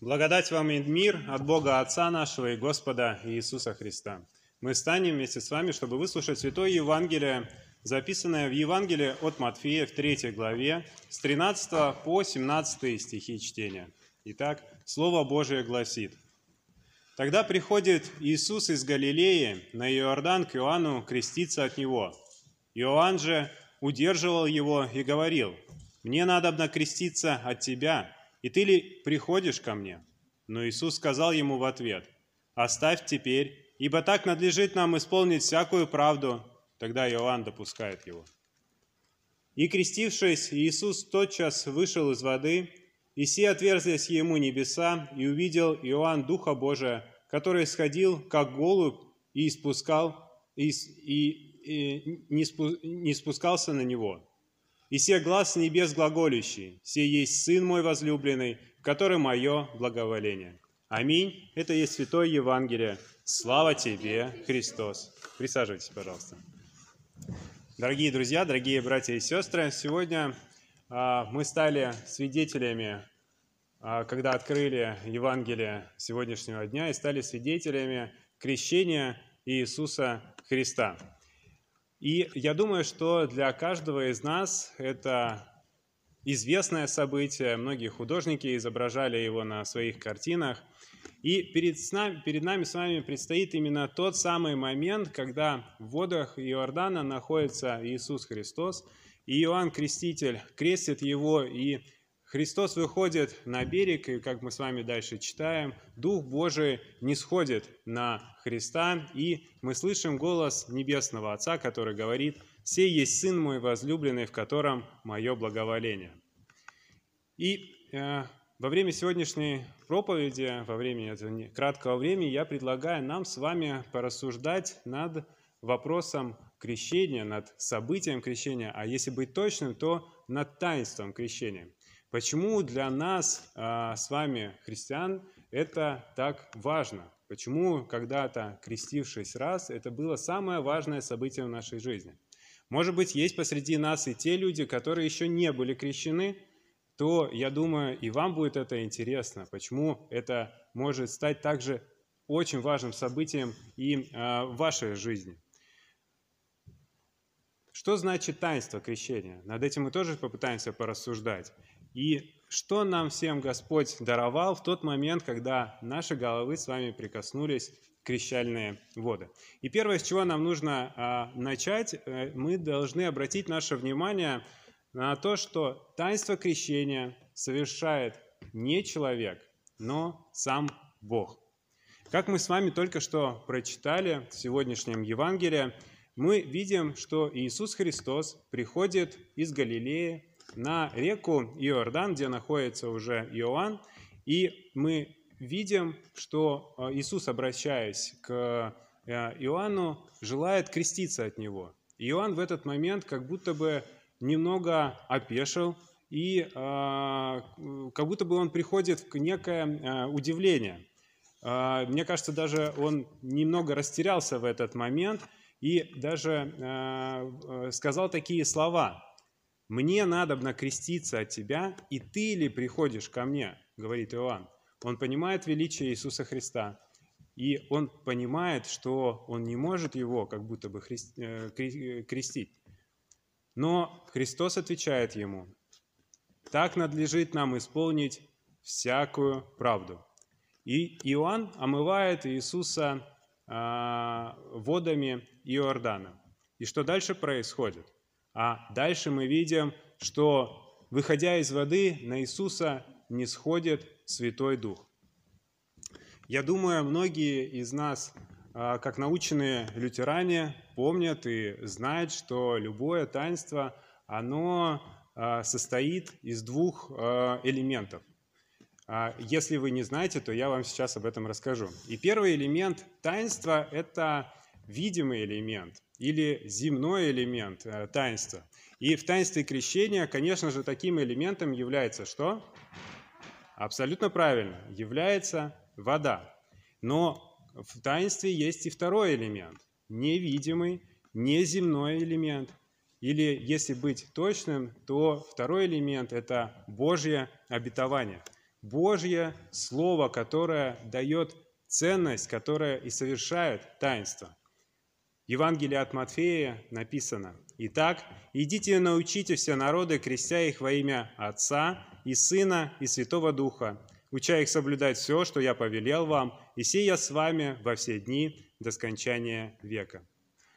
Благодать вам и мир от Бога Отца нашего и Господа Иисуса Христа. Мы встанем вместе с вами, чтобы выслушать Святое Евангелие, записанное в Евангелии от Матфея в 3 главе, с 13 по 17 стихи чтения. Итак, Слово Божие гласит: «Тогда приходит Иисус из Галилеи на Иордан к Иоанну креститься от него. Иоанн же удерживал его и говорил: „Мне надобно креститься от тебя, и ты ли приходишь ко мне?“ Но Иисус сказал ему в ответ: „Оставь теперь, ибо так надлежит нам исполнить всякую правду“. Тогда Иоанн допускает его. И, крестившись, Иисус тотчас вышел из воды, и се отверзлись ему небеса, и увидел Иоанн Духа Божия, который сходил, как голубь, и не спускался на него. И се глас с небес глаголющий: „Се есть Сын мой возлюбленный, в котором мое благоволение“. Аминь. Это есть Святое Евангелие. Слава тебе, Христос. Присаживайтесь, пожалуйста. Дорогие друзья, дорогие братья и сестры, сегодня мы стали свидетелями, когда открыли Евангелие сегодняшнего дня, и стали свидетелями крещения Иисуса Христа. И я думаю, что для каждого из нас это известное событие. Многие художники изображали его на своих картинах. И перед нами с вами предстоит именно тот самый момент, когда в водах Иордана находится Иисус Христос, и Иоанн Креститель крестит его, и Христос выходит на берег, и, как мы с вами дальше читаем, Дух Божий нисходит на Христа, и мы слышим голос Небесного Отца, который говорит: „Сей есть Сын мой возлюбленный, в котором мое благоволение“. И во время сегодняшней проповеди, во время этого краткого времени, я предлагаю нам с вами порассуждать над вопросом крещения, над событием крещения, а если быть точным, то над таинством крещения. Почему для нас с вами, христиан, это так важно? Почему когда-то, крестившись раз, это было самое важное событие в нашей жизни? Может быть, есть посреди нас и те люди, которые еще не были крещены, то, я думаю, и вам будет это интересно, почему это может стать также очень важным событием и в вашей жизни. Что значит таинство крещения? Над этим мы тоже попытаемся порассуждать. И что нам всем Господь даровал в тот момент, когда наши головы с вами прикоснулись к крещальные воды. И первое, с чего нам нужно начать, мы должны обратить наше внимание на то, что таинство крещения совершает не человек, но сам Бог. Как мы с вами только что прочитали в сегодняшнем Евангелии, мы видим, что Иисус Христос приходит из Галилеи на реку Иордан, где находится уже Иоанн, и мы видим, что Иисус, обращаясь к Иоанну, желает креститься от него. Иоанн в этот момент как будто бы немного опешил, и как будто бы он приходит в некое удивление. Мне кажется, даже он немного растерялся в этот момент и даже сказал такие слова: „Мне надобно креститься от тебя, и ты ли приходишь ко мне?“ говорит Иоанн. Он понимает величие Иисуса Христа, и он понимает, что он не может его как будто бы крестить. Но Христос отвечает ему: „Так надлежит нам исполнить всякую правду“. И Иоанн омывает Иисуса водами Иордана. И что дальше происходит? А дальше мы видим, что, выходя из воды, на Иисуса нисходит Святой Дух. Я думаю, многие из нас, как наученные лютеране, помнят и знают, что любое таинство, оно состоит из двух элементов. Если вы не знаете, то я вам сейчас об этом расскажу. И первый элемент таинства – это видимый элемент или земной элемент таинства. И в таинстве крещения, конечно же, таким элементом является что? Абсолютно правильно, является вода. Но в таинстве есть и второй элемент – невидимый, неземной элемент. Или, если быть точным, то второй элемент – это Божье обетование. Божье Слово, которое дает ценность, которое и совершает таинство. В Евангелии от Матфея написано: «Итак, идите и научите все народы, крестя их во имя Отца и Сына и Святого Духа, уча их соблюдать все, что я повелел вам, и сей я с вами во все дни до скончания века».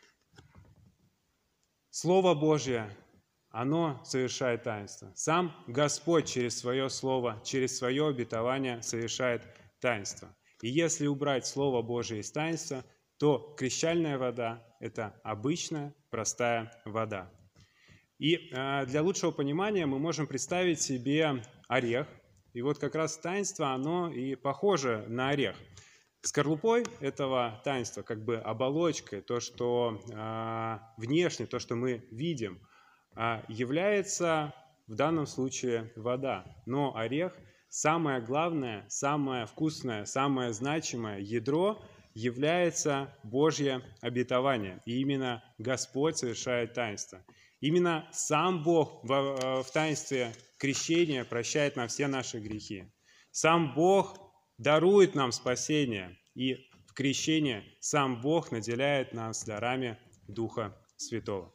Слово Божье, оно совершает таинство. Сам Господь через свое Слово, через свое обетование совершает таинство. И если убрать Слово Божие из таинства, то крещальная вода – это обычная, простая вода. И для лучшего понимания мы можем представить себе орех. И вот как раз таинство, оно и похоже на орех. Скорлупой этого таинства, как бы оболочкой, то, что внешне, то, что мы видим, является в данном случае вода. Но орех, самое главное, самое вкусное, самое значимое ядро является Божье обетование. И именно Господь совершает таинство. Именно сам Бог в таинстве крещения прощает нам все наши грехи. Сам Бог дарует нам спасение. И в крещении сам Бог наделяет нас дарами Духа Святого.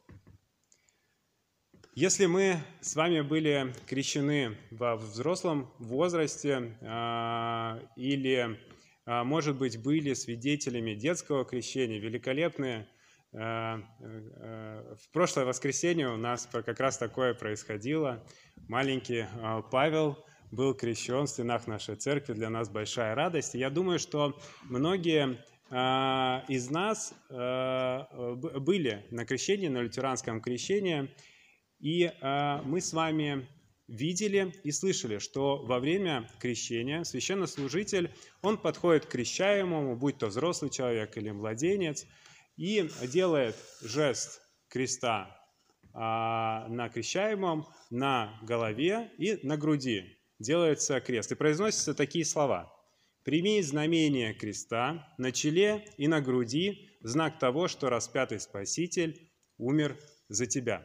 Если мы с вами были крещены во взрослом возрасте или, может быть, были свидетелями детского крещения, великолепные, в прошлое воскресенье у нас как раз такое происходило. Маленький Павел был крещен в стенах нашей церкви, для нас большая радость. И я думаю, что многие из нас были на крещении, на лютеранском крещении, и мы с вами видели и слышали, что во время крещения священнослужитель, он подходит к крещаемому, будь то взрослый человек или младенец, и делает жест креста на крещаемом, на голове и на груди. Делается крест. И произносятся такие слова: «Прими знамение креста на челе и на груди, знак того, что распятый Спаситель умер за тебя».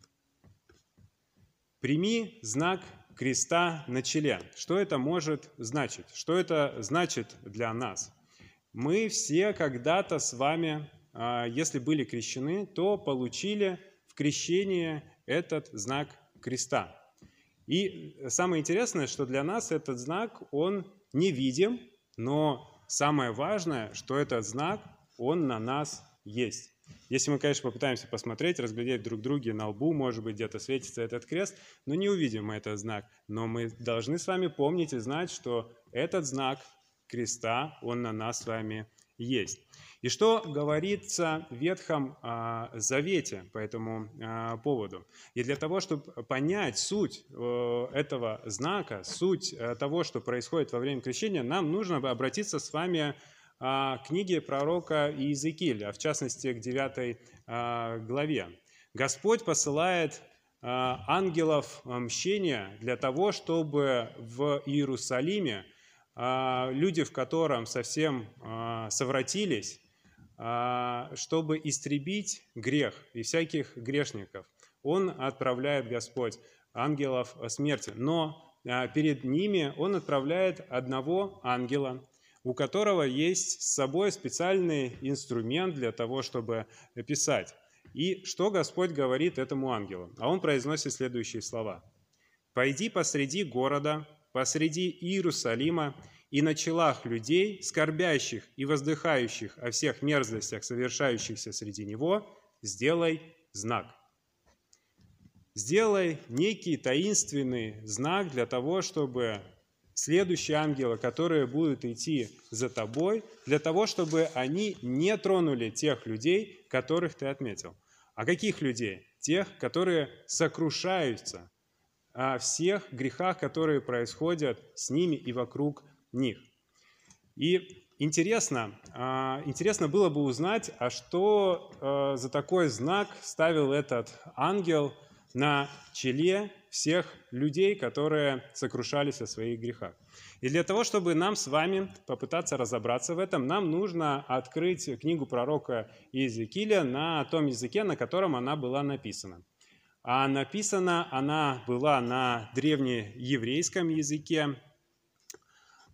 Прими знак креста на челе. Что это может значить? Что это значит для нас? Мы все когда-то с вами, если были крещены, то получили в крещении этот знак креста. И самое интересное, что для нас этот знак, он невидим, но самое важное, что этот знак, он на нас есть. Если мы, конечно, попытаемся посмотреть, разглядеть друг друга на лбу, может быть, где-то светится этот крест, но не увидим мы этот знак. Но мы должны с вами помнить и знать, что этот знак креста, он на нас с вами есть. И что говорится в Ветхом Завете по этому поводу? И для того, чтобы понять суть этого знака, суть того, что происходит во время крещения, нам нужно обратиться с вами к книге пророка Иезекииля, в частности, к 9 главе. Господь посылает ангелов мщения для того, чтобы в Иерусалиме люди, в котором совсем совратились, чтобы истребить грех и всяких грешников. Он отправляет, Господь, ангелов смерти. Но перед ними Он отправляет одного ангела, у которого есть с собой специальный инструмент для того, чтобы писать. И что Господь говорит этому ангелу? А он произносит следующие слова: «Пойди посреди города, посреди Иерусалима, и на челах людей, скорбящих и воздыхающих о всех мерзостях, совершающихся среди него, сделай знак». Сделай некий таинственный знак для того, чтобы следующие ангелы, которые будут идти за тобой, для того, чтобы они не тронули тех людей, которых ты отметил. А каких людей? Тех, которые сокрушаются о всех грехах, которые происходят с ними и вокруг них. И интересно было бы узнать, а что за такой знак ставил этот ангел на челе всех людей, которые сокрушались о своих грехах. И для того, чтобы нам с вами попытаться разобраться в этом, нам нужно открыть книгу пророка Иезекииля на том языке, на котором она была написана. А написана она была на древнееврейском языке,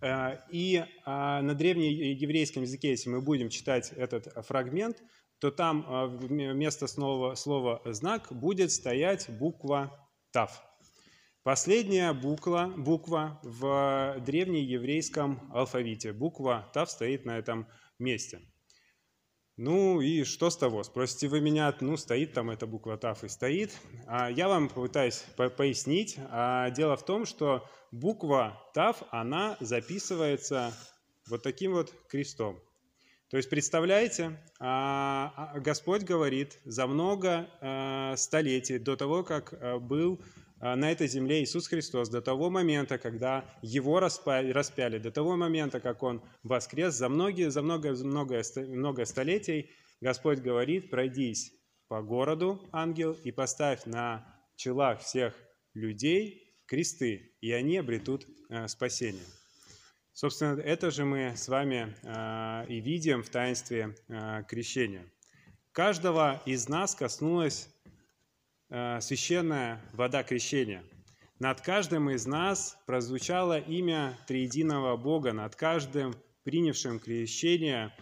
И на древнееврейском языке, если мы будем читать этот фрагмент, то там вместо слова «знак» будет стоять буква «тав». Последняя буква в древнееврейском алфавите. Буква «тав» стоит на этом месте. Ну и что с того? Спросите вы меня, стоит там эта буква «тав» и стоит. Я вам попытаюсь пояснить. Дело в том, что буква «тав», она записывается вот таким вот крестом. То есть, представляете, Господь говорит за много столетий до того, как был на этой земле Иисус Христос, до того момента, когда Его распяли, до того момента, как Он воскрес, за много столетий Господь говорит: пройдись по городу, ангел, и поставь на челах всех людей кресты, и они обретут спасение. Собственно, это же мы с вами и видим в таинстве крещения. Каждого из нас коснулась священная вода крещения. Над каждым из нас прозвучало имя триединого Бога, над каждым принявшим крещение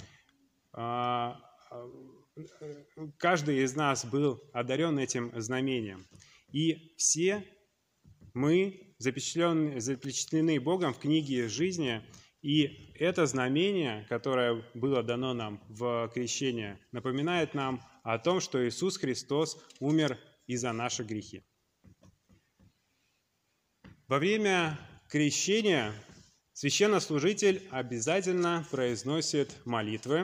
каждый из нас был одарен этим знамением. И все мы запечатлены Богом в книге жизни, и это знамение, которое было дано нам в крещении, напоминает нам о том, что Иисус Христос умер и за наши грехи. Во время крещения священнослужитель обязательно произносит молитвы,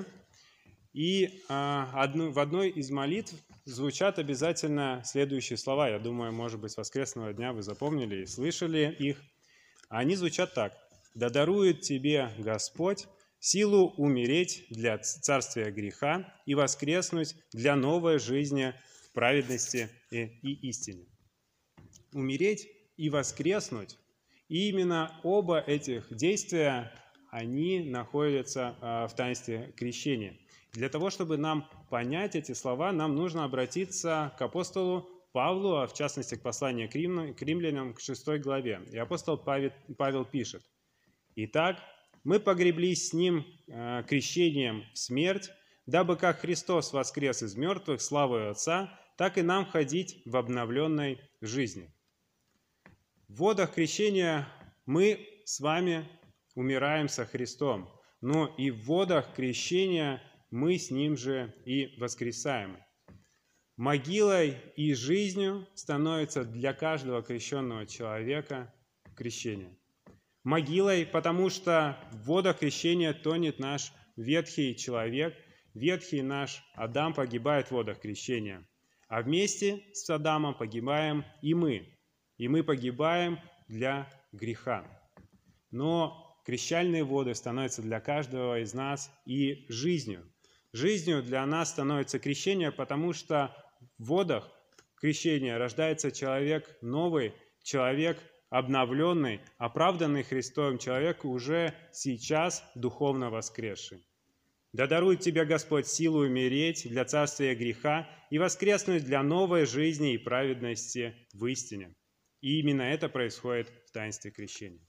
и в одной из молитв звучат обязательно следующие слова. Я думаю, может быть, с воскресного дня вы запомнили и слышали их. Они звучат так: «Да дарует тебе Господь силу умереть для царствия греха и воскреснуть для новой жизни в праведности и истине». Умереть и воскреснуть. И именно оба этих действия, они находятся в таинстве крещения. Для того, чтобы нам понять эти слова, нам нужно обратиться к апостолу Павлу, а в частности к посланию к римлянам, к 6 главе. И апостол Павел пишет: «Итак, мы погреблись с ним крещением в смерть, дабы как Христос воскрес из мертвых славою Отца, так и нам ходить в обновленной жизни». В водах крещения мы с вами умираем со Христом, но и в водах крещения мы с Ним же и воскресаем. Могилой и жизнью становится для каждого крещенного человека крещение. Могилой, потому что в водах крещения тонет наш ветхий человек, ветхий наш Адам погибает в водах крещения. А вместе с Адамом погибаем и мы. И мы погибаем для греха. Но крещальные воды становятся для каждого из нас и жизнью. Жизнью для нас становится крещение, потому что в водах крещения рождается человек новый, человек обновленный, оправданный Христом, человек уже сейчас духовно воскресший. «Да дарует тебе Господь силу умереть для царствия греха и воскреснуть для новой жизни и праведности в истине». И именно это происходит в таинстве крещения.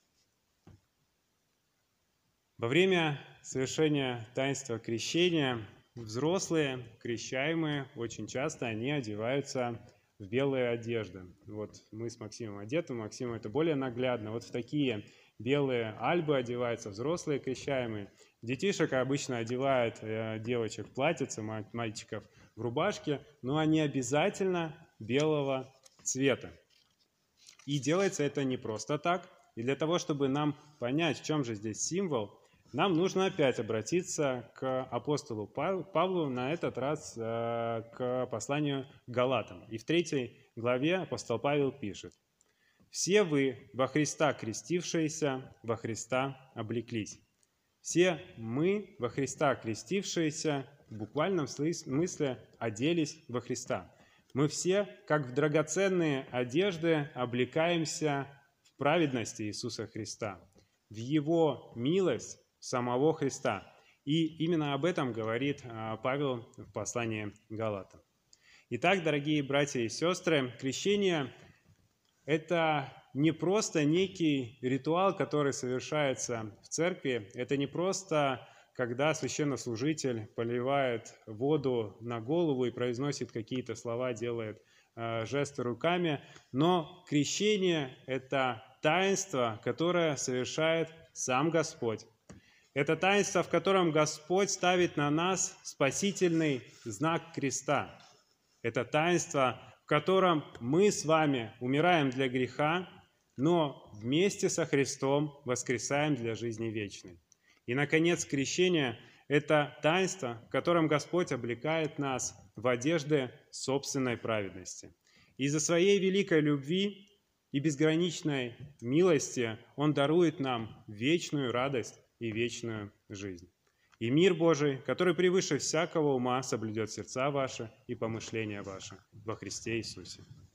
Во время совершения таинства крещения взрослые, крещаемые, очень часто они одеваются в белые одежды. Вот мы с Максимом одеты, Максиму это более наглядно. Вот в такие белые альбы одеваются взрослые крещаемые. Детишек обычно одевают девочек в платьице, мальчиков в рубашке, но они обязательно белого цвета. И делается это не просто так. И для того, чтобы нам понять, в чем же здесь символ, нам нужно опять обратиться к апостолу Павлу, на этот раз к посланию к Галатам. И в 3 главе апостол Павел пишет: «Все вы во Христа крестившиеся, во Христа облеклись». Все мы во Христа крестившиеся в буквальном смысле оделись во Христа. Мы все, как в драгоценные одежды, облекаемся в праведности Иисуса Христа, в Его милость самого Христа. И именно об этом говорит Павел в послании к Галатам. Итак, дорогие братья и сестры, крещение – это не просто некий ритуал, который совершается в церкви, это не просто, когда священнослужитель поливает воду на голову и произносит какие-то слова, делает жесты руками, но крещение – это таинство, которое совершает сам Господь. Это таинство, в котором Господь ставит на нас спасительный знак креста. Это таинство, в котором мы с вами умираем для греха, но вместе со Христом воскресаем для жизни вечной. И, наконец, крещение – это таинство, в котором Господь облекает нас в одежды собственной праведности. Из-за своей великой любви и безграничной милости Он дарует нам вечную радость и вечную жизнь. И мир Божий, который превыше всякого ума, соблюдет сердца ваши и помышления ваши во Христе Иисусе.